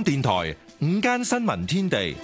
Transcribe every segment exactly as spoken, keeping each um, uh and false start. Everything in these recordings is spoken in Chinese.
港電台午間新聞天地，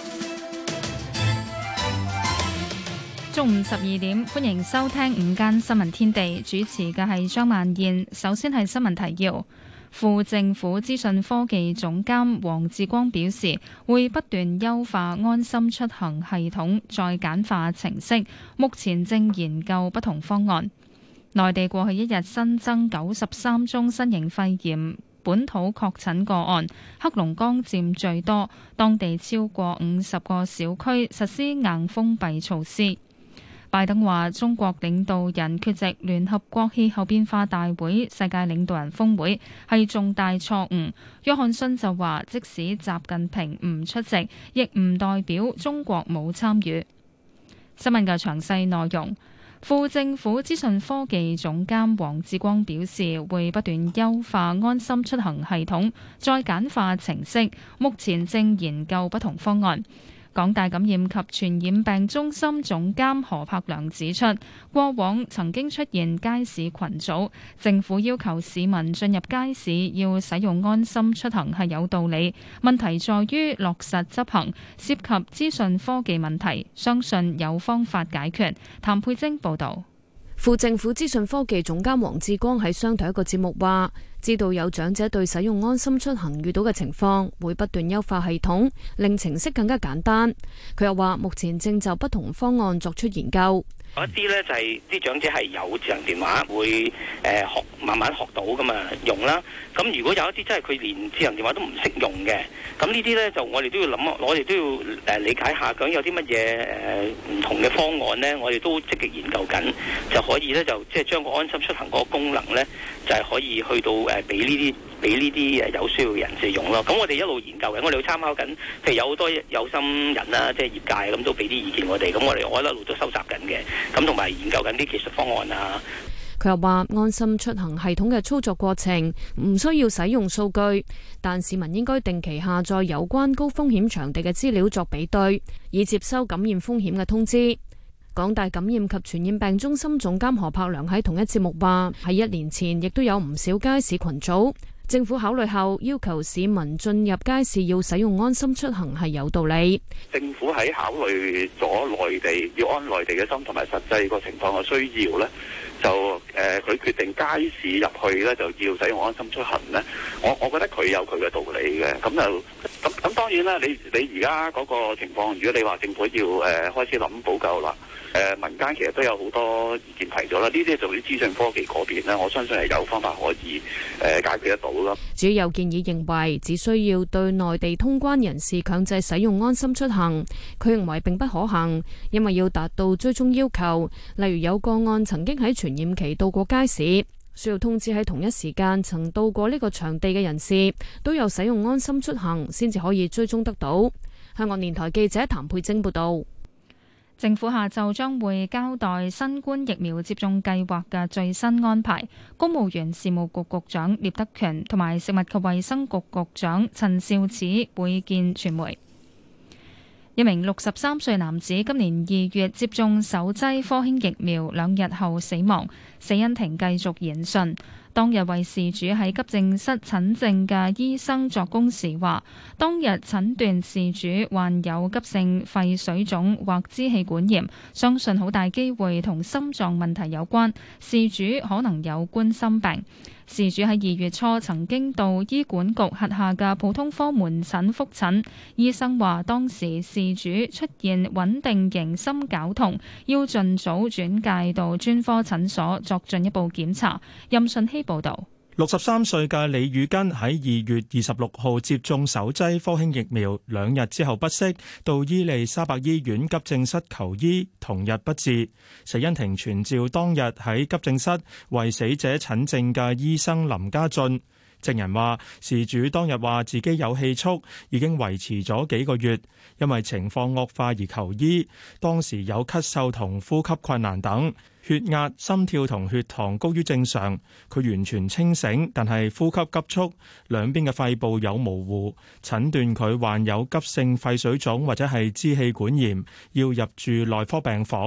中午十二點，歡迎收聽午間新聞天地，主持嘅係張曼燕。首先係新聞提要。副政府資訊科技總監黃志光表示，會不斷優化安心出行系統，再簡化程式，目前正研究不同方案。內地過去一日新增九十三宗新型肺炎本土確診個案，黑龍江佔最多，當地超過五十個小區實施硬封閉措施。拜登話：中國領導人缺席聯合國氣候變化大會、世界領導人峰會係重大錯誤。約翰遜就話：即使習近平唔出席，亦唔代表中國冇參與。新聞嘅詳細內容。副政府資訊科技總監黃志光表示，會不斷優化安心出行系統，再簡化程式，目前正研究不同方案。港大感染及傳染病中心總監何柏良指出，過往曾經出現街市群組，政府要求市民進入街市要使用安心出行係有道理，問題在於落實執行，涉及資訊科技問題，相信有方法解決。譚佩晶報導。 副政府資訊科技總監黃志光喺商台一個節目話，知道有長者對使用安心出行遇到嘅情況，會不斷優化系統，令程式更加簡單。佢又話，目前正就不同方案作出研究。 有一啲咧就係啲長者係有智能電話，會誒學慢慢學到咁嘛用啦。咁如果有一啲真係佢連智能電話都唔識用嘅，咁呢啲咧就我哋都要諗，我哋都要誒理解下，究竟有啲乜嘢誒唔同嘅方案咧，我哋都積極研究緊，就可以咧就即係將個安心出行嗰個功能咧，就係可以去到誒俾呢啲俾呢啲誒有需要嘅人士用咯。咁我哋一路研究緊，我哋要參考緊，譬如有好多有心人啦，即係業界咁都俾啲意見我哋，咁我哋我一路都收集緊嘅。咁同埋研究緊啲技術方案啊。 佢又話，安心出行系統嘅操作過程唔需要使用數據，但市民應該定期下載有關高風險場地嘅資料作比對，以接收感染風險嘅通知。港大感染及傳染病中心總監何柏良喺同一節目話，喺一年前亦都有唔少街市群組，政府考慮後要求市民進入街市要使用安心出行係有道理。 政府喺考慮咗內地要安內地嘅心同埋實際個情況嘅需要呢，就誒佢、呃、決定街市入去呢就要使用安心出行呢。我我覺得佢有佢嘅道理嘅。咁就咁咁當然啦，你你而家嗰個情況，如果你話政府要誒、呃、開始諗補救啦。誒、呃、民間其實都有好多意見提咗啦，呢啲就啲資訊科技嗰邊呢，我相信係有方法可以誒、呃、解決得到咯。 至於有建議認為只需要對內地通關人士強制使用安心出行，佢認為並不可行，因為要達到追蹤要求，例如有個案曾經喺傳染期到過街市，需要通知喺同一時間曾到過呢個場地嘅人士都有使用安心出行，先至可以追蹤得到。香港電台記者譚佩晶報導。 政府下晝將會交代新冠疫苗接種計劃嘅最新安排。公務員事務局局長聶德權同埋食物及衛生局局長陳肇始會見傳媒。一名六十三歲男子今年二月接種首劑科興疫苗，兩日後死亡，死因庭繼續研訊。當日為事主喺急症室診症嘅醫生作供時話，當日診斷事主患有急性肺水腫或支氣管炎，相信好大機會同心臟問題有關，事主可能有冠心病。事主喺二月初曾經到醫管局轄下嘅普通科門診覆診，醫生話當時事主出現穩定型心絞痛，要盡早轉介到專科診所作進一步檢查。任信希報導。 六十三歲嘅李宇根喺二月二十六號接種首劑科興疫苗，兩日之後不適，到伊利沙伯醫院急症室求醫，同日不治。死因庭傳召當日喺急症室為死者診症嘅醫生林家俊。證人話，事主當日話自己有氣促，已經維持咗幾個月，因為情況惡化而求醫，當時有咳嗽同呼吸困難等。血壓、心跳同血糖高於正常，佢完全清醒，但係呼吸急促，兩邊嘅肺部有模糊，診斷佢患有急性肺水腫或者係支氣管炎，要入住內科病房。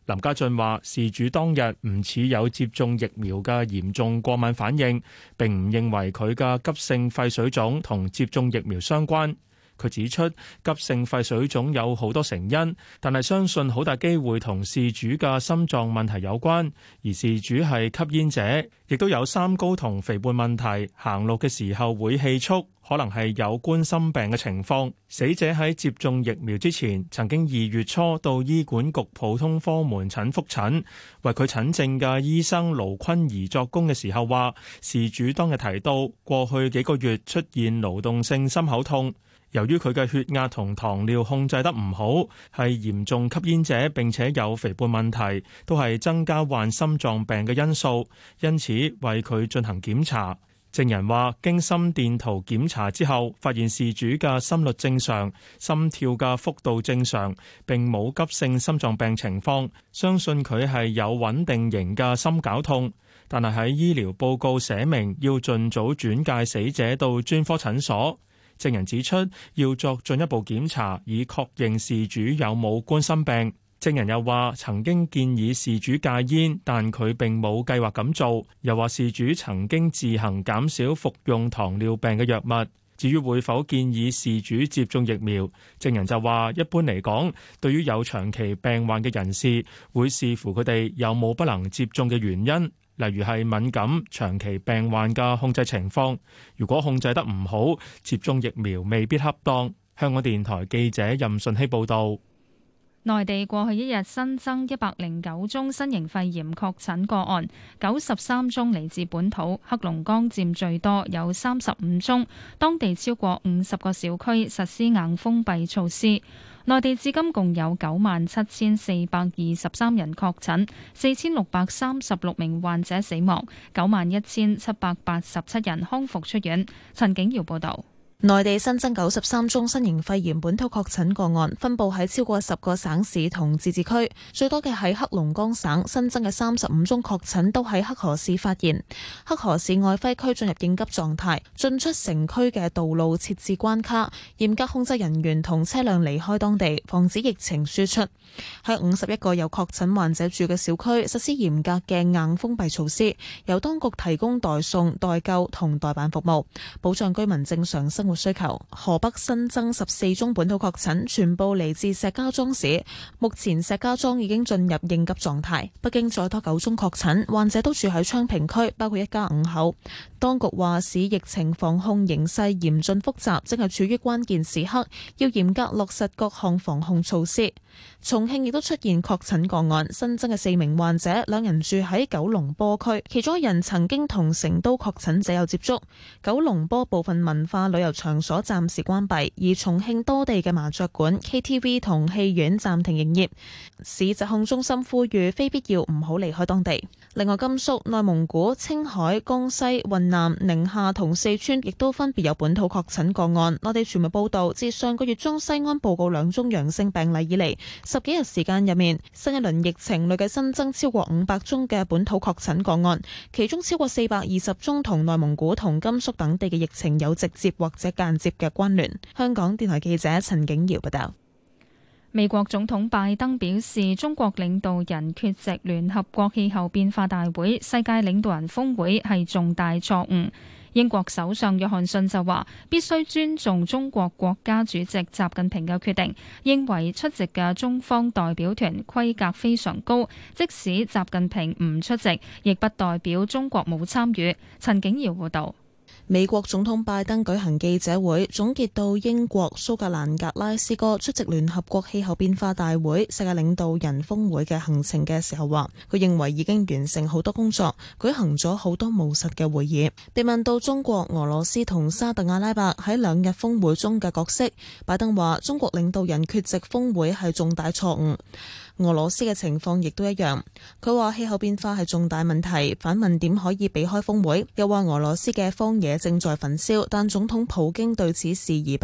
林家俊話：事主當日唔似有接種疫苗嘅嚴重過敏反應，並唔認為佢嘅急性肺水腫同接種疫苗相關。佢指出，急性肺水腫有好多成因，但係相信好大機會同事主嘅心臟問題有關，而事主係吸煙者，亦都有三高同肥胖問題，行路嘅時候會氣促，可能係有冠心病嘅情況。死者喺接種疫苗之前，曾經二月初到醫管局普通科門診覆診，為佢診症嘅醫生盧坤儀作供嘅時候話，事主當日提到過去幾個月出現勞動性心口痛。由於佢嘅血壓同糖尿控制得唔好，係嚴重吸煙者並且有肥胖問題，都係增加患心臟病嘅因素，因此為佢進行檢查。證人話，經心電圖檢查之後，發現事主嘅心率正常，心跳嘅幅度正常，並冇急性心臟病情況，相信佢係有穩定型嘅心絞痛。但係喺醫療報告寫明要盡早轉介死者到專科診所。證人指出，要作進一步檢查，以確認事主有冇冠心病。證人又話，曾經建議事主戒煙，但佢並冇計劃咁做。又話事主曾經自行減少服用糖尿病嘅藥物。至於會否建議事主接種疫苗，證人就話，一般嚟講，對於有長期病患嘅人士，會視乎佢哋有冇不能接種嘅原因。例如係敏感、長期病患嘅控制情況，如果控制得唔好，接種疫苗未必恰當。香港電台記者任順希報導。 內地過去一日新增一百零九宗新型肺炎確診個案，九十三宗嚟自本土，黑龍江佔最多，有三十五宗。當地超過五十個小區實施硬封閉措施。內地至今共有九萬七千四百二十三人確診，四千六百三十六名患者死亡，九萬一千七百八十七人康復出院。陳景堯報道。 內地新增九十三宗新型肺炎本土確診個案，分佈喺超過十個省市同自治區，最多嘅係黑龍江省，新增嘅三十五宗確診都喺黑河市發現。黑河市愛輝區進入應急狀態，進出城區嘅道路設置關卡，嚴格控制人員同車輛離開當地，防止疫情輸出。喺五十一個有確診患者住嘅小區實施嚴格嘅硬封閉措施，由當局提供代送、代購同代辦服務，保障居民正常生活需求。河北新增十四宗本土確診，全部嚟自石家莊市，目前石家莊已經進入應急狀態。北京再多九宗確診，患者都住喺昌平區，包括一家五口。當局話市疫情防控形勢嚴峻複雜，正係處於關鍵時刻，要嚴格落實各項防控措施。重慶亦都出現確診個案，新增嘅四名患者，兩人住喺九龍坡區，其中一人曾經同成都確診者有接觸。九龍坡部分文化旅遊場所暫時關閉，而重慶多地嘅麻雀館、K T V 同戲院暫停營業。市疾控中心呼籲非必要唔好離開當地。另外，甘肅、內蒙古、青海、江西、雲南、寧夏同四川亦都分別有本土確診個案。內地傳媒報道，自上個月中西安報告兩宗陽性病例以嚟，十幾日時間入面，新一輪疫情累計新增超過五百宗嘅本土確診個案，其中超過四百二十宗同內蒙古同甘肅等地嘅疫情有直接或者間接嘅關聯。香港電台記者陳景堯報道。 美國總統拜登表示，中國領導人缺席聯合國氣候變化大會、世界領導人峰會係重大錯誤。英國首相約翰遜就話，必須尊重中國國家主席習近平嘅決定，認為出席嘅中方代表團規格非常高，即使習近平唔出席，亦不代表中國冇參與。陳景堯報道。 美國總統拜登舉行記者會，總結到英國蘇格蘭格拉斯哥出席聯合國氣候變化大會、世界領導人峰會嘅行程嘅時候話，佢認為已經完成好多工作，舉行咗好多務實嘅會議。被問到中國、俄羅斯同沙特阿拉伯喺兩日峰會中嘅角色，拜登話中國領導人缺席峰會係重大錯誤。俄羅斯嘅情況亦都一樣。佢話氣候變化係重大問題，反問點可以避開峰會，又話俄羅斯嘅荒野正在焚燒，但總統普京對此視而不見。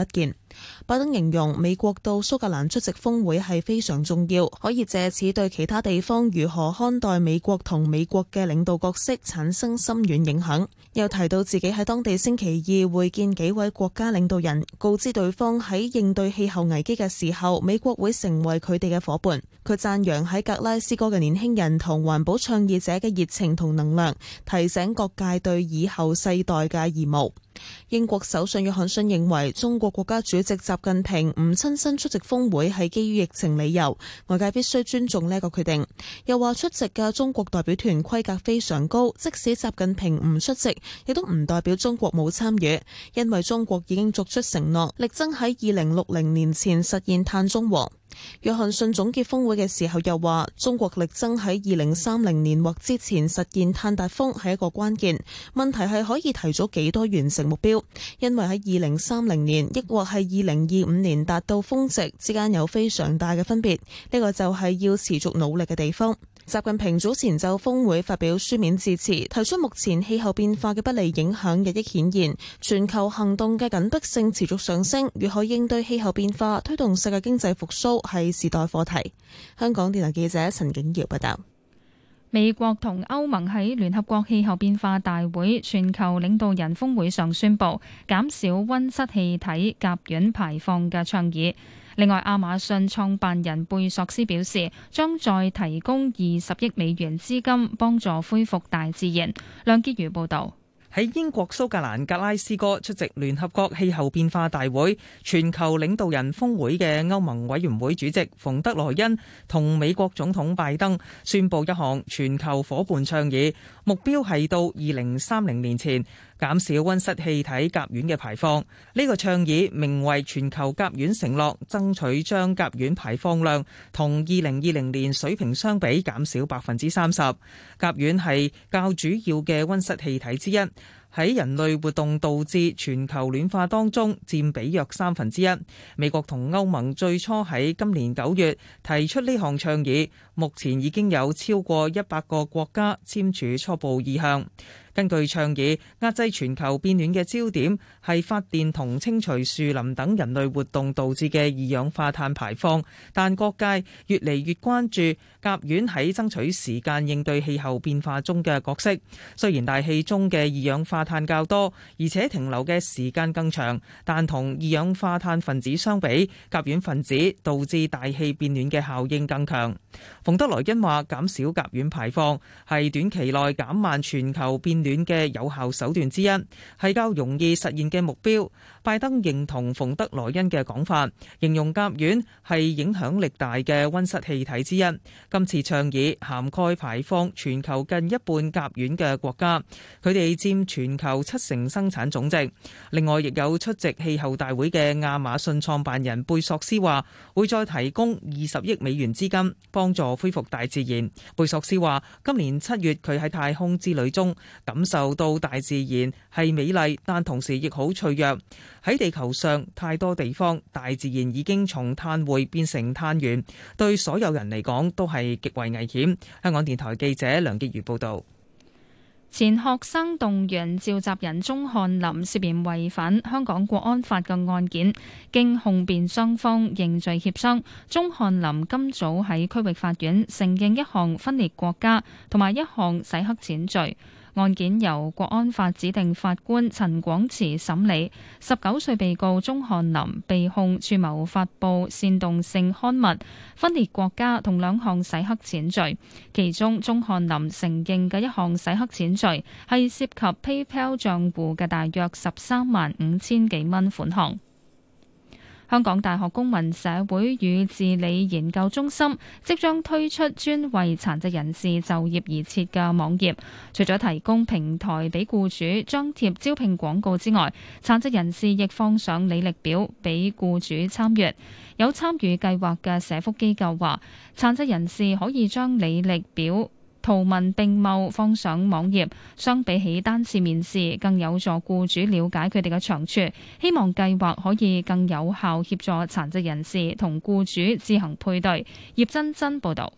拜登形容美國到蘇格蘭出席峰會係非常重要，可以借此對其他地方如何看待美國同美國嘅領導角色產生深遠影響。又提到自己喺當地星期二會見幾位國家領導人，告知對方喺應對氣候危機嘅時候，美國會成為佢哋嘅夥伴。佢讚揚喺格拉斯哥嘅年輕人同環保倡議者嘅熱情同能量，提醒各界對以後世代嘅義務。英國首相約翰遜認為中國國家主席習近平唔親身出席峰會係基於疫情理由，外界必須尊重呢個決定。又話出席嘅中國代表團規格非常高，即使習近平唔出席，亦都唔代表中國冇參與，因為中國已經作出承諾，力爭喺二零六零年前實現碳中和。約翰遜總結峰會嘅時候又話，中國力爭喺二零三零年或之前實現碳達峰係一個關鍵，問題係可以提早幾多完成目標，因為喺二零三零年抑或係二零二五年達到峰值之間有非常大嘅分別，呢個就係要持續努力嘅地方。習近平早前就峰會發表書面致辭，提出目前氣候變化嘅不利影響日益顯現，全球行動嘅緊迫性持續上升，如何應對氣候變化、推動世界經濟復甦係時代課題。香港電台記者陳景瑤報道。 美國同歐盟喺聯合國氣候變化大會全球領導人峰會上宣布減少溫室氣體甲烷排放嘅倡議。另外，亞馬遜創辦人貝索斯表示，將再提供二十億美元資金幫助恢復大自然。梁潔如報導。 喺英國蘇格蘭格拉斯哥出席聯合國氣候變化大會全球領導人峰會嘅歐盟委員會主席馮德萊恩同美國總統拜登宣布一項全球夥伴倡議，目標係到二零三零年前減少溫室氣體甲烷嘅排放。呢個倡議名為全球甲烷承諾，爭取將甲烷排放量同二零二零年水平相比減少百分之三十。甲烷係較主要嘅溫室氣體之一，喺人類活動導致全球暖化當中佔比約三分之一。美國同歐盟最初喺今年九月提出呢項倡議，目前已經有超過一百個國家簽署初步意向。根據倡議，壓制全球變暖嘅焦點係發電同清除樹林等人類活動導致嘅二氧化碳排放，但各界越嚟越關注甲烷喺爭取時間應對氣候變化中嘅角色。雖然大氣中嘅二氧化碳較多，而且停留嘅時間更長，但同二氧化碳分子相比，甲烷分子導致大氣變暖嘅效應更強。馮德萊恩話：減少甲烷排放係短期內減慢全球變暖嘅有效手段之一，係較容易實現嘅目標。拜登認同馮德萊恩嘅講法，形容甲烷係影響力大嘅溫室氣體之一。今次倡議涵蓋排放全球近一半甲烷嘅國家，佢哋佔全球七成生產總值。另外，亦有出席氣候大會嘅亞馬遜創辦人貝索斯話，會再提供二十億美元資金幫助恢復大自然。貝索斯話，今年七月佢喺太空之旅中感受到大自然係美麗，但同時亦好脆弱。喺地球上太多地方，大自然已經從碳匯變成碳源，對所有人嚟講都係極為危險。香港電台記者梁潔如報導。 前學生動員召集人鐘漢林涉嫌違反香港國安法嘅案件，經控辯雙方認罪協商，鐘漢林今早喺區域法院承認一項分裂國家同埋一項洗黑錢罪。案件由國安法指定法官陳廣慈審理。十九歲被告鐘漢林被控串謀發布煽動性刊物、分裂國家同兩項洗黑錢罪。其中鐘漢林承認嘅一項洗黑錢罪係涉及 PayPal 賬戶嘅大約十三萬五千幾蚊款項。香港大學公民社會與治理研究中心即將推出專為殘疾人士就業而設嘅網頁，除咗提供平台俾僱主張貼招聘廣告之外，殘疾人士亦放上履歷表俾僱主參閱。有參與計劃嘅社福機構話，殘疾人士可以將履歷表圖文並茂放上網頁，相比起單次面試，更有助僱主了解佢哋嘅長處。希望計劃可以更有效協助殘疾人士同僱主自行配對。葉珍珍報導。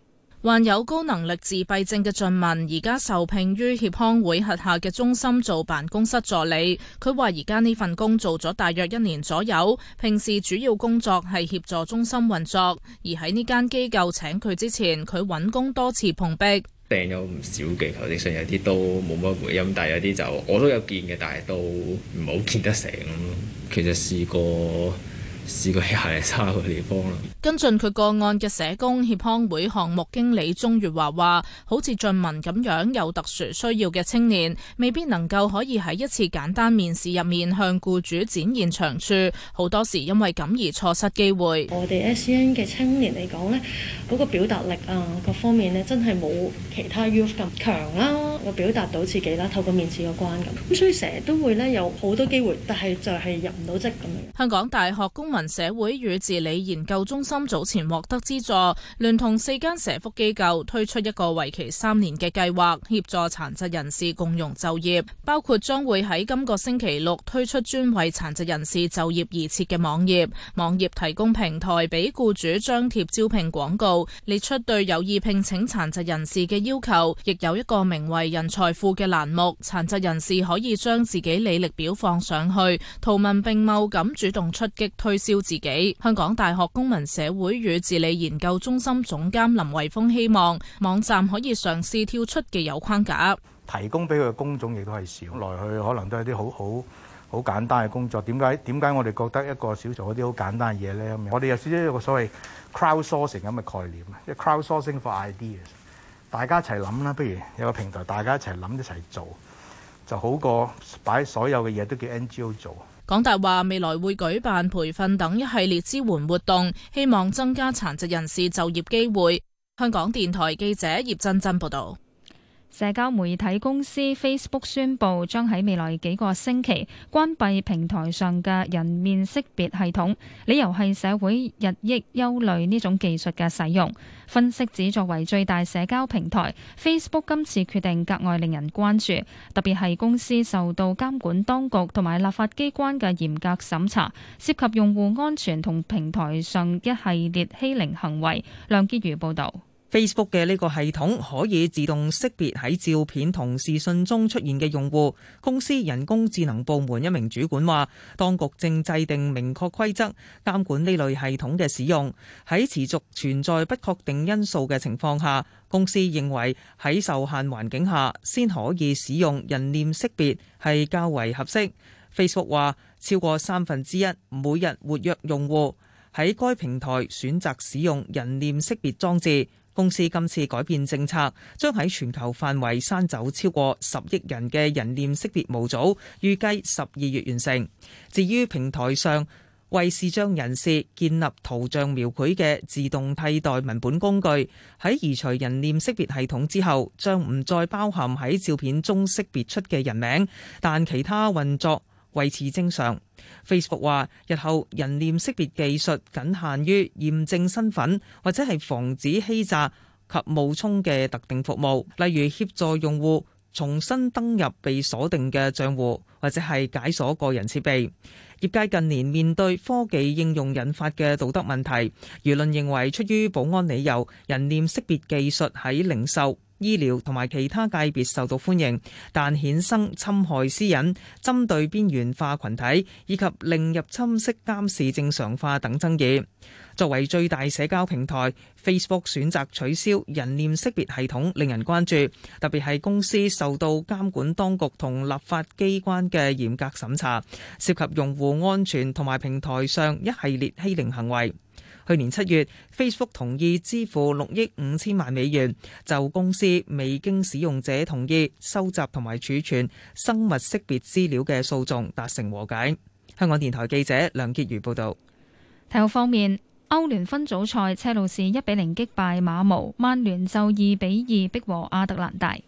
患有高能力自閉症嘅俊文，而家受聘於協康會轄下嘅中心做辦公室助理。佢話而家呢份工做咗大約一年左右，平時主要工作係協助中心運作。而喺呢間機構請佢之前，佢揾工多次碰壁， 訂咗唔少嘅求職信，有啲都冇乜回音，但係有啲就我都有見嘅，但係都唔好見得成咁咯。其實試過。試過喺泥沙個地方啦。 跟進佢個案嘅社工協康會項目經理鍾月華話，好似俊文咁樣有特殊需要嘅青年，未必能夠可以喺一次簡單面試入面向僱主展現長處，好多時因為咁而錯失機會。 我哋 S E N 嘅青年嚟講呢，嗰個表達力啊各方面呢，真係冇其他 youth 咁強啦，我表達到自己啦，透過面試個關咁，咁所以成日都會呢有好多機會，但係就係入唔到職咁樣。 香港大學公民社會與治理研究中心早前獲得資助，聯同四間社福機構推出一個為期三年嘅計劃，協助殘疾人士共融就業，包括將會喺今個星期六推出專為殘疾人士就業而設嘅網頁，網頁提供平台俾僱主張貼招聘廣告，列出對有意聘請殘疾人士嘅要求，亦有一個名為人才庫嘅欄目，殘疾人士可以將自己履歷表放上去，圖文並茂咁主動出擊推銷自己。香港大學公民社會與治理研究中心總監林維峰希望網站可以嘗試跳出既有框架， 提供俾佢嘅工種亦都係少，來去可能都係啲好好好簡單嘅工作。點解點解我哋覺得一個小做嗰啲好簡單嘅嘢咧？我哋有少少一個所謂 crowdsourcing 咁嘅概念，即係 crowdsourcing for ideas， 大家一齊諗啦，不如有個平台，大家一齊諗一齊做，就好過擺所有嘅嘢都叫 N G O 做。 港大話未來會舉辦培訓等一系列支援活動，希望增加殘疾人士就業機會。香港電台記者葉珍珍報道。 社交媒體公司 Facebook 宣布將喺未來幾個星期關閉平台上嘅人面識別系統，理由係社會日益憂慮呢種技術嘅使用。分析指作為最大社交平台， Facebook 今次決定格外令人關注，特別係公司受到監管當局同埋立法機關嘅嚴格審查，涉及用戶安全同平台上一系列欺凌行為。梁潔如報導。 Facebook 嘅呢個系統可以自動識別喺照片同視訊中出現嘅用戶。公司人工智能部門一名主管話，當局正制定明確規則監管呢類系統嘅使用。喺持續存在不確定因素嘅情況下，公司認為喺受限環境下先可以使用人臉識別係較為合適。Facebook 話，超過三分之一每日活躍用戶喺該平台選擇使用人臉識別裝置。公司今次改變政策，將喺全球範圍刪走超過十億人嘅人臉識別模組，預計十二月完成。至於平台上為視障人士建立圖像描繪嘅自動替代文本工具，喺移除人臉識別系統之後，將唔再包含喺照片中識別出嘅人名，但其他運作維持正常。Facebook 話，日後人臉識別技術僅限於驗證身份或者係防止欺詐及冒充嘅特定服務，例如協助用戶重新登入被鎖定嘅賬戶，或者係解鎖個人設備。業界近年面對科技應用引發嘅道德問題，輿論認為出於保安理由，人臉識別技術喺零售、醫療同埋其他界別受到歡迎，但衍生侵害私隱、針對邊緣化群體以及令入侵式監視正常化等爭議。作為最大社交平台， Facebook 選擇取消人臉識別系統令人關注，特別係公司受到監管當局同立法機關嘅嚴格審查，涉及用戶安全同埋平台上一系列欺凌行為。去年七月 Facebook 同意支付六億五千萬美元，就公司未經使用者同意收集同埋儲存生物識別資料嘅訴訟達成和解。香港電台記者梁潔如報導。 體育方面，歐聯分組賽，車路士一比零擊敗馬毛，曼聯就二比二逼和亞特蘭大。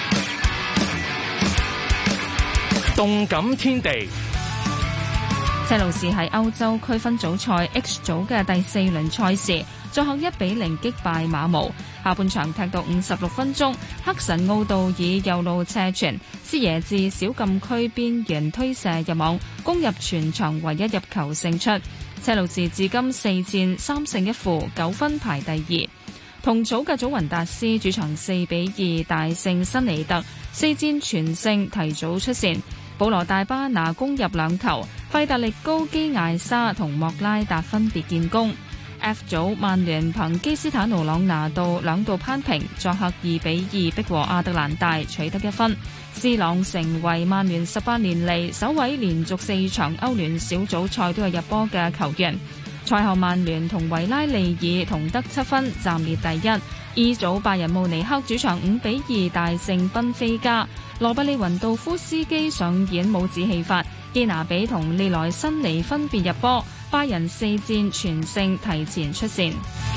動感天地。 車路士喺歐洲區分組賽 H 組嘅第四輪賽事，作客一比零擊敗馬毛。下半場踢到五十六分鐘，黑神奧道爾右路斜傳，師爺自小禁區邊緣推射入網，攻入全場唯一入球勝出。車路士至今四戰三勝一負，九分排第二。同組嘅祖雲達斯主場四比二大勝新尼特，四戰全勝，提早出線。保羅大巴拿攻入兩球，費達力高基艾沙同莫拉達分別建功。F 組曼聯憑基斯坦奴朗拿度兩度攀平，作客二比二逼和亞特蘭大，取得一分。斯朗成為曼聯十八年嚟首位連續四場歐聯小組賽都有入波嘅球員。賽後曼聯同維拉利爾同得七分，暫列第一。E 組拜仁慕尼黑主場五比二大勝賓菲加，羅伯利雲道夫斯基上演帽子戲法，基拿比同利萊辛尼分別入波，拜仁四戰全勝，提前出線。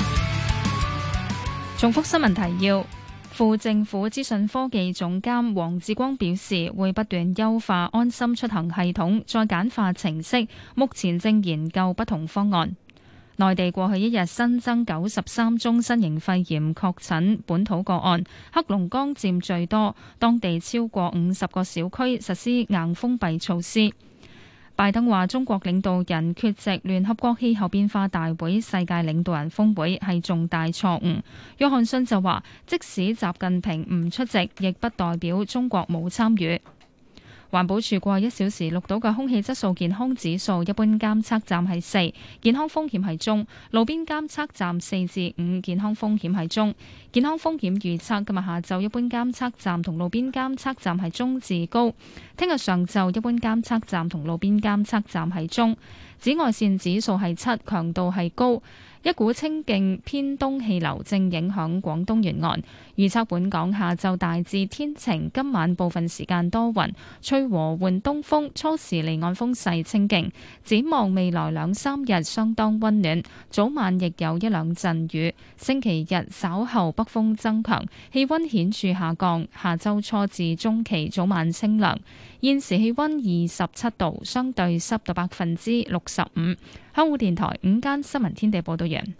重複新聞提要：副政府資訊科技總監黃志光表示，會不斷優化安心出行系統，再簡化程式，目前正研究不同方案。內地過去一日新增九十三宗新型肺炎確診本土個案，黑龍江佔最多，當地超過五十個小區實施硬封閉措施。拜登話中國領導人缺席聯合國氣候變化大會世界領導人峰會係重大錯誤。約翰遜就話，即使習近平唔出席，亦不代表中國冇參與。環保署過一小時錄到嘅空氣質素健康指數，一般監測站係四，健康風險係中；路邊監測站四至五，健康風險係中。健康風險預測今日下晝一般監測站同路邊監測站係中至高，聽日上晝一般監測站同路邊監測站係中。紫外線指數係七，強度係高。一股清勁偏東氣流正影響廣東沿岸，預測本港下晝大致天晴，今晚部分時間多雲，吹和緩東風，初時離岸風勢清勁。展望未來兩三日相當溫暖，早晚亦有一兩陣雨。星期日稍後北風增強，氣溫顯著下降。下週初至中期早晚清涼。現時氣溫二十七度，相對濕度百分之六十五。香港電台午間新聞天地報道完。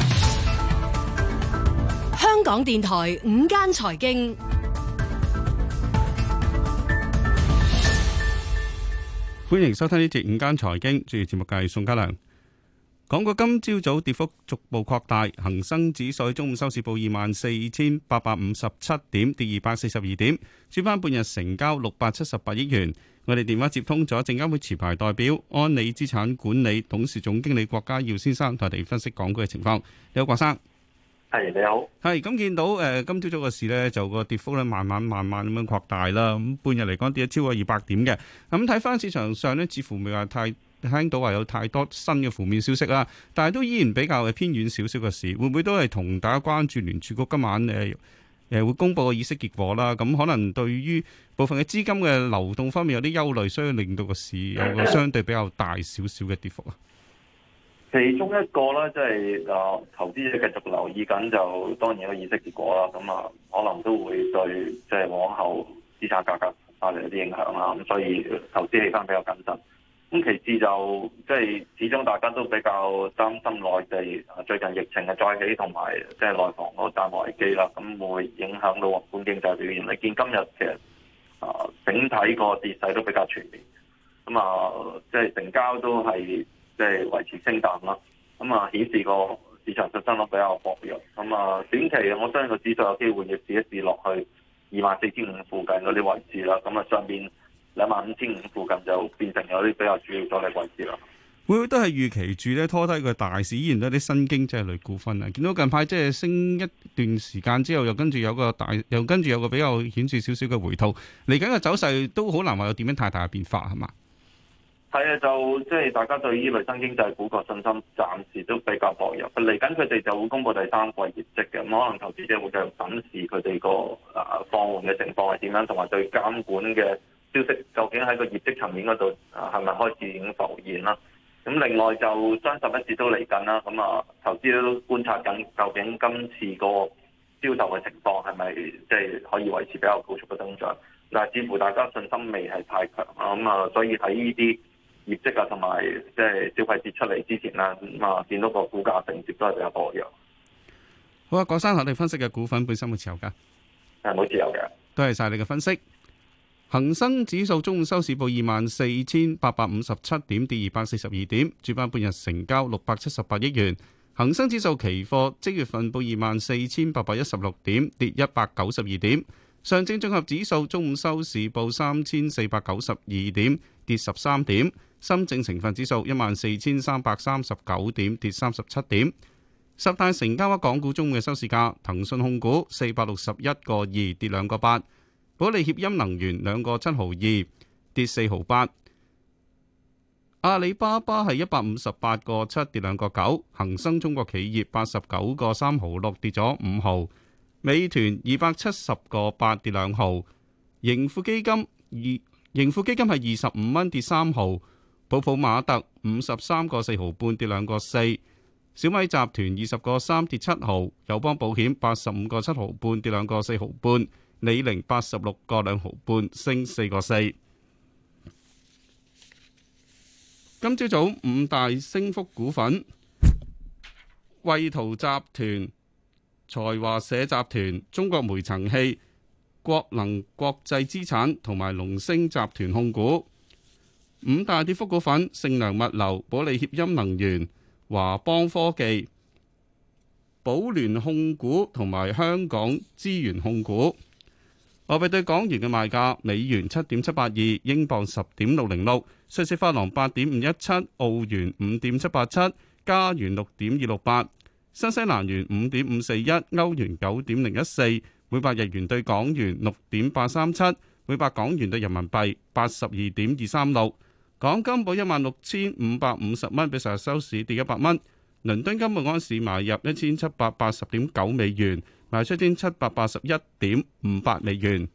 香港電台午間財經， 歡迎收聽呢節午間財經，主持節目嘅係宋家良。港股今朝早跌幅逐步擴大，恒生指數中午收市報二萬四千八百五十七點，跌二百四十二點。主板半日成交六百七十八億元。我哋電話接通咗證監會持牌代表安理資產管理董事總經理郭家耀先生，同我哋分析港股嘅情況。你好，郭生。 係，你好。 係咁見到誒、呃，今朝早嘅市呢，就個跌幅咧慢慢慢慢咁樣擴大啦。咁半日嚟講跌咗超過二百點嘅。咁睇翻市場上呢，似乎未話太聽到話有太多新嘅負面消息啦。但係都依然比較偏遠少少嘅市，會唔會都係同大家關注聯儲局今晚誒？呃誒會公布個議息結果啦，咁可能對於部分嘅資金嘅流動方面有啲憂慮，所以令到個市有個相對比較大少少嘅跌幅啊。 其中一個咧，即係誒投資者繼續留意緊，就當然個議息結果啦。咁啊，可能都會對即係往後資產價格帶嚟一啲影響啦。咁所以投資氣氛比較謹慎。咁其次就即係始終大家都比較擔心內地最近疫情嘅再起，同埋即係內房嗰個債務危機啦，咁會影響到宏觀經濟表現。你見今日其實啊，整體個跌勢都比較全面，咁啊，即係成交都係即係維持升淡啦。咁啊，顯示個市場信心都比較薄弱。咁啊，短期我相信個指數有機會要試一試落去二萬四千五附近嗰啲位置啦。咁啊，上邊兩萬五千五附近就變成有啲比較主要阻力位置啦。 會唔會都係預期住咧拖低個大市，依然都係啲新經濟類股份啊？見到近排即係升一段時間之後，又跟住有個大，又跟住有個比較顯著少少嘅回吐。嚟緊嘅走勢都好難話有點樣太大嘅變化，係嘛？ 係啊，就即係大家對呢類新經濟股個信心暫時都比較薄弱。嚟緊佢哋就會公布第三季業績嘅，咁可能投資者會繼續審視佢哋個啊放緩嘅情況係點樣，同埋對監管嘅消息究竟喺個業績層面嗰度啊係咪開始已經浮現啦？咁另外就雙十一節都嚟緊啦，咁啊投資者都觀察緊究竟今次個銷售嘅情況係咪即係可以維持比較高速嘅增長？但係似乎大家信心未係太強啊，咁啊所以喺呢啲業績啊，同埋即係消費節出嚟之前啦，咁啊見到個股價承接都係比較薄弱。 好啊，郭生，我哋分析嘅股份本身冇持有㗎， 係冇持有嘅。 多謝晒你嘅分析。恒生指數中午收市報二萬四千八百五十七點，跌二百四十二點。主板半日成交六百七十八億元。恒生指數期貨即月份報二萬四千八百一十六點，跌一百九十二點。上證綜合指數中午收市報三千四百九十二點，跌十三點。深證成分指數一萬四千三百三十九點，跌三十七點。十大成交額港股中午嘅收市價，騰訊控股四百六十一個二，跌兩個八。保利協鑫能源兩個七毫二，跌四毫八。阿里巴巴係一百五十八個七，跌兩個九。恒生中國企業八十九個三毫六，跌咗五毫。美團二百七十個八，跌兩毫。盈富基金二盈富基金係二十五蚊，跌三毫。寶普馬特五十三個四毫半，跌兩個四。小米集團二十個三，跌七毫。友邦保險八十五個七毫半，跌兩個四毫半。李寧八十六個兩毫半，升四個四。今朝早五大升幅股份：惠圖集團、財華社集團、中國煤層氣、國能國際資產同埋龍星集團控股。五大跌幅股份：盛良物流、保利協鑫能源、華邦科技、寶聯控股同埋香港資源控股。外幣對港元嘅賣價：美元七點七八二，英鎊十點六零六，瑞士法郎八點五一七，澳元五點七八七，加元六點二六八，新西蘭元五點五四一，歐元九點零一四，每百日元對港元六點八三七，每百港元對人民幣八十二點二三六。港金報一萬六千五百五十蚊，比上日收市跌一百蚊。倫敦金每安士買入一千七百八十點九美元，賣出一千七百八十一點五八美元。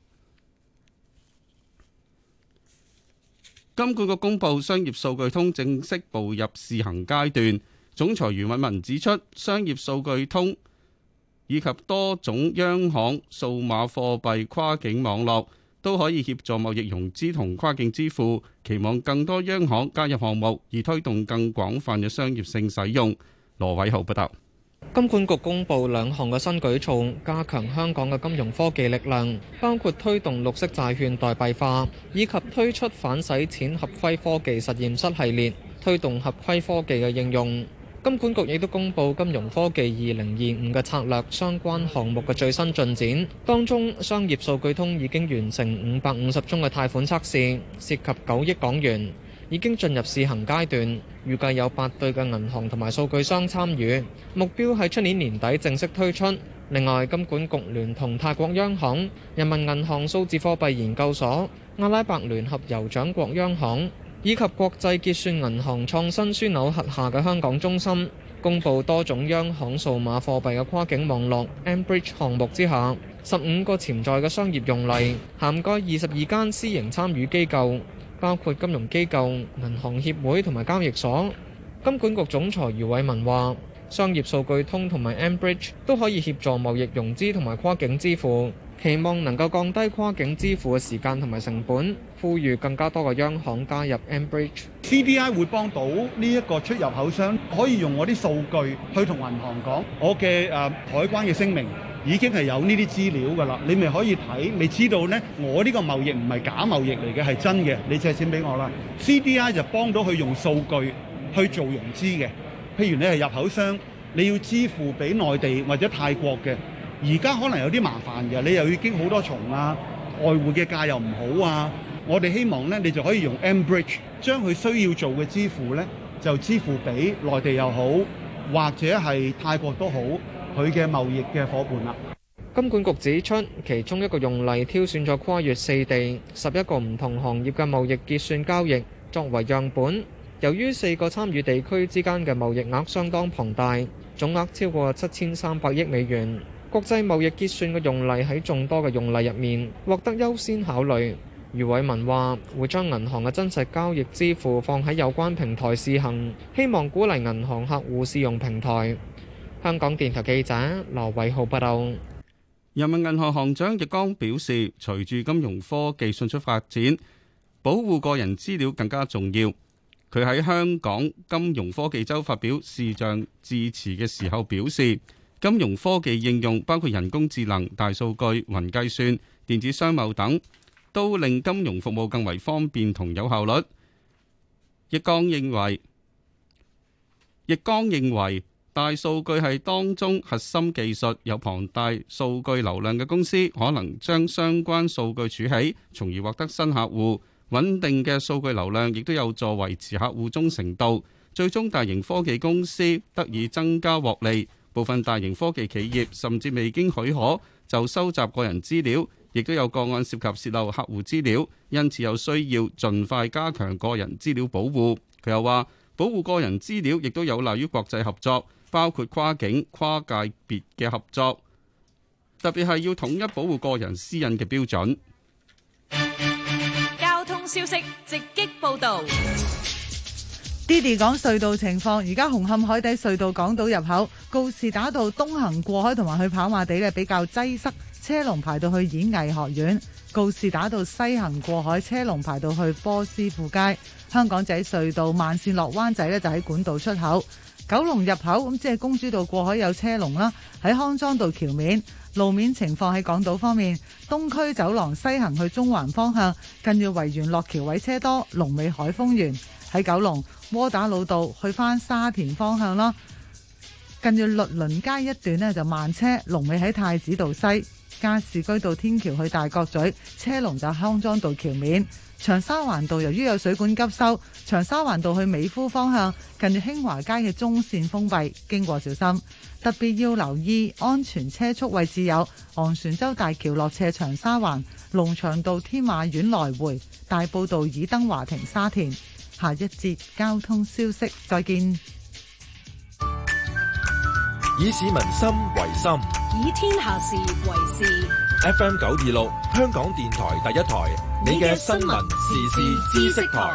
金管局公布商業數據通正式步入試行階段，總裁余偉文指出，商業數據通以及多種央行數碼貨幣跨境網絡都可以協助貿易融資同跨境支付，期望更多央行加入項目，以推動更廣泛嘅商業性使用。羅偉豪報道。 金管局公布兩項嘅新舉措，加強香港嘅金融科技力量，包括推動綠色債券代幣化，以及推出反洗錢合規科技實驗室系列，推動合規科技嘅應用。金管局亦都公布金融科技二零二五嘅策略相關項目嘅最新進展，當中商業數據通已經完成五百五十宗嘅貸款測試，涉及九億港元，已經進入試行階段，預計有八對嘅銀行同埋數據商參與，目標喺出年年底正式推出。另外，金管局聯同泰國央行、人民銀行數字貨幣研究所、阿拉伯聯合酋長國央行以及國際結算銀行創新樞紐轄下嘅香港中心，公布多種央行數碼貨幣嘅跨境網絡 mBridge 項目之下，十五個潛在嘅商業用例，涵蓋二十二間私營參與機構，包括金融機構、銀行協會同埋交易所。金管局總裁余偉文話，商業數據通同埋 mBridge 都可以協助貿易融資同埋跨境支付，期望能夠降低跨境支付嘅時間同埋成本，呼籲更加多嘅央行加入 mBridge。 C D I 會幫到呢一個出入口商，可以用我啲數據去同銀行講，我嘅誒、呃、海關嘅聲明已經係有呢啲資料㗎啦，你咪可以睇，你知道呢，我呢個貿易唔係假貿易嚟嘅，係真嘅，你借錢俾我啦。C D I 就幫到佢用數據去做融資嘅，譬如你係入口商，你要支付俾內地或者泰國嘅，而家可能有啲麻煩嘅，你又已經好多重啊，外匯嘅價又唔好啊，我哋希望呢，你就可以用 mBridge 將佢需要做嘅支付呢，就支付俾內地又好，或者係泰國都好，佢嘅貿易嘅夥伴啦。 金管局指出，其中一個用例挑選咗跨越四地十一個唔同行業嘅貿易結算交易作為樣本。由於四個參與地區之間嘅貿易額相當龐大，總額超過七千三百億美元，國際貿易結算嘅用例喺眾多嘅用例入面獲得優先考慮。余偉文話：會將銀行嘅真實交易支付放喺有關平台試行，希望鼓勵銀行客戶試用平台。香港電台記者羅偉浩報道。 人民銀行行長易綱表示，隨住金融科技迅速發展，保護個人資料更加重要。 佢喺香港金融科技周發表視像致辭嘅時候表示，金融科技應用包括人工智能、大數據、雲計算、電子商貿等，都令金融服務更為方便同有效率。易綱認為，易綱認為大數據係當中核心技術，有龐大數據流量嘅公司可能將相關數據儲起，從而獲得新客戶。穩定嘅數據流量亦都有助維持客戶忠誠度，最終大型科技公司得以增加獲利。部分大型科技企業甚至未經許可就收集個人資料，亦都有個案涉及泄露客戶資料，因此有需要盡快加強個人資料保護。佢又話，保護個人資料亦都有賴於國際合作，包括跨境、跨界別嘅合作，特別係要統一保護個人私隱嘅標準。 消息直擊報導。 Diddy 講隧道情況，而家紅磡海底隧道港島入口告士打道東行過海同埋去跑馬地咧比較擠塞，車龍排到去演藝學院；告士打道西行過海車龍排到去波斯富街。香港仔隧道慢線落灣仔咧就喺管道出口。九龍入口咁即係公主道過海有車龍啦，喺康莊道橋面。路面情況喺港島方面，東區走廊西行去中環方向，近住維園落橋位車多，龍尾海峰園。喺九龍窩打老道去返沙田方向啦，近住律倫街一段呢就慢車，龍尾喺太子道西。加士居道天橋去大角咀，車龍就康莊道橋面。長沙灣道由於有水管急修，長沙灣道去美孚方向近住興華街嘅中線封閉，經過小心。特別要留意安全車速位置有昂船洲大橋落斜長沙灣、龍翔道天馬苑來回、大埔道爾登華庭沙田。下一節交通消息，再見。 以市民心為心， 以天下事為事。 F M 九二六，香港電台第一台，你嘅新聞時事知識台。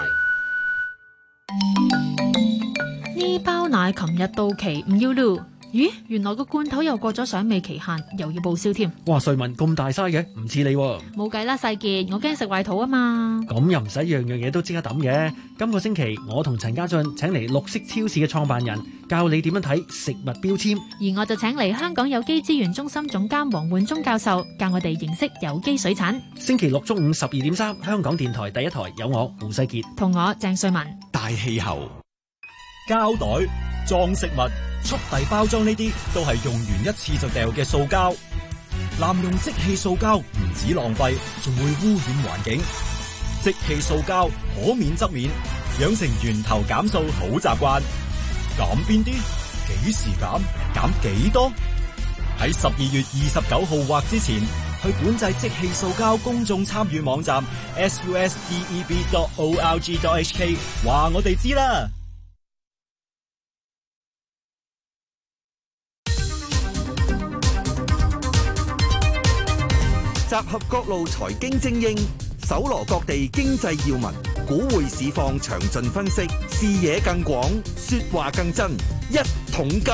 呢包奶琴日到期，唔要嚕。咦，原來個罐頭又過咗賞味期限，又要報銷添。 哇，瑞文咁大嘥嘅，唔似你喎。 冇計啦，世杰，我驚食壞肚啊嘛。 咁又唔使樣樣嘢都即刻抌嘅。今個星期我同陳家俊請嚟綠色超市嘅創辦人，教你點樣睇食物標籤。 而我就請嚟香港有機資源中心總監黃煥忠教授，教我哋認識有機水產。 星期六中午十二點三，香港電台第一台有我胡世杰同我鄭瑞文。 大氣候、 膠袋、裝飾物、速遞包裝呢啲都係用完一次就掉嘅塑膠。濫用即棄塑膠唔止浪費，仲會污染環境。即棄塑膠可免則免，養成源頭減塑好習慣。減邊啲？幾時減？減幾多？喺十二月二十九號或之前，去管制即棄塑膠公眾參與網站 s u s d e b dot org dot h k 話我哋知啦。 集合各路財經精英，搜羅各地經濟要聞，股匯市況詳盡分析，視野更廣，說話更真。一桶金，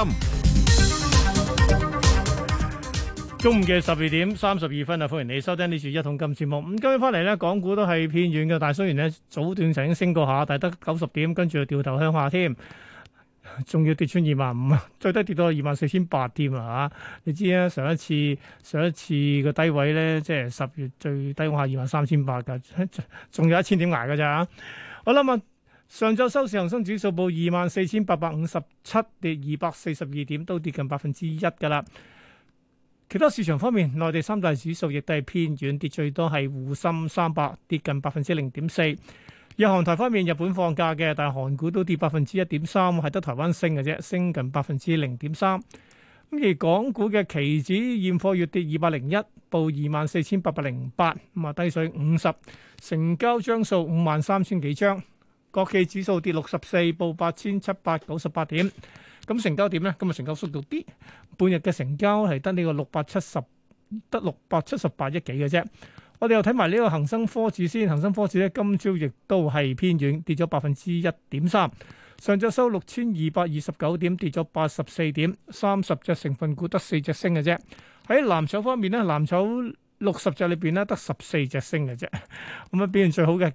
中午嘅十二點三十二分啊！歡迎你收聽呢次一桶金節目。咁今日翻嚟呢，港股都係偏軟嘅，但係雖然呢早段曾經升過下，但係得九十點，跟住就掉頭向下添。仲要跌穿二萬五啊，最低跌到二萬四千八添啊！嚇，你知啊，上一次上一次個低位咧，即係十月最低下二萬三千八㗎，仲有一千點捱㗎咋？我諗啊，上晝收市恒生指數報二萬四千八百五十七，跌二百四十二點，都跌近百分之一㗎啦。其他市場方面，內地三大指數亦都係偏軟，跌最多係滬深三百，跌近百分之零點四。日韓台方面，日本放假嘅，但係韓股都跌百分之一點三，係得台灣升嘅啫，升近百分之零點三。咁而港股嘅期指現貨月跌二百零一，報二萬四千八百零八，咁啊低水五十，成交張數五萬三千幾張。國企指數跌六十四，報八千七百九十八點。咁成交點呢？今日成交縮到啲，半日嘅成交係得呢個六百七十，得六百七十八億幾嘅啫。我哋又睇埋呢個恒生科指先，恒生科指咧今朝亦都係偏軟，跌咗百分之一點三。上晝收六千二百二十九點，跌咗八十四點，三十隻成分股得四隻升嘅啫。喺藍籌方面咧，藍籌六十隻裏邊咧得十四隻升嘅啫。咁啊表現最好嘅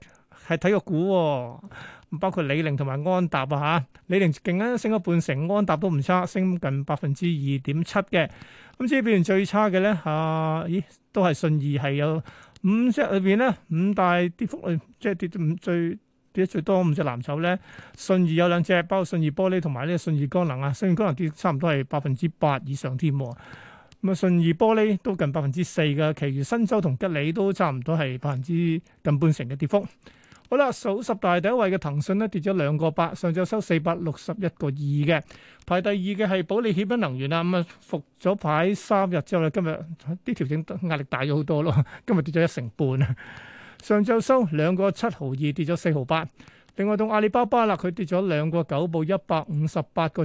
係睇個股喎，包括李寧同埋安踏啊嚇。李寧勁啊，升咗半成，安踏都唔差，升近百分之二點七嘅。咁至於表現最差嘅咧嚇，咦都係信義係有五隻裏邊咧五大跌幅，即係跌五最跌得最多五隻藍籌咧。信義有兩隻，包括信義玻璃同埋呢個信義光能啊，信義光能跌差唔多係百分之八以上添。咁啊，信義玻璃都近百分之四嘅，其餘新洲同吉利都差唔多係百分之近半成嘅跌幅。好啦，數十大第一位嘅騰訊咧跌咗兩個八，上晝收四百六十一個二嘅。排第二嘅係保利協鑫能源啊，咁啊復咗牌三日之後咧，今日啲調整壓力大咗好多咯，今日跌咗一成半啊。上晝收兩個七毫二，跌咗四毫八。另外到阿里巴巴啦，佢跌咗兩個九，報一百五十八個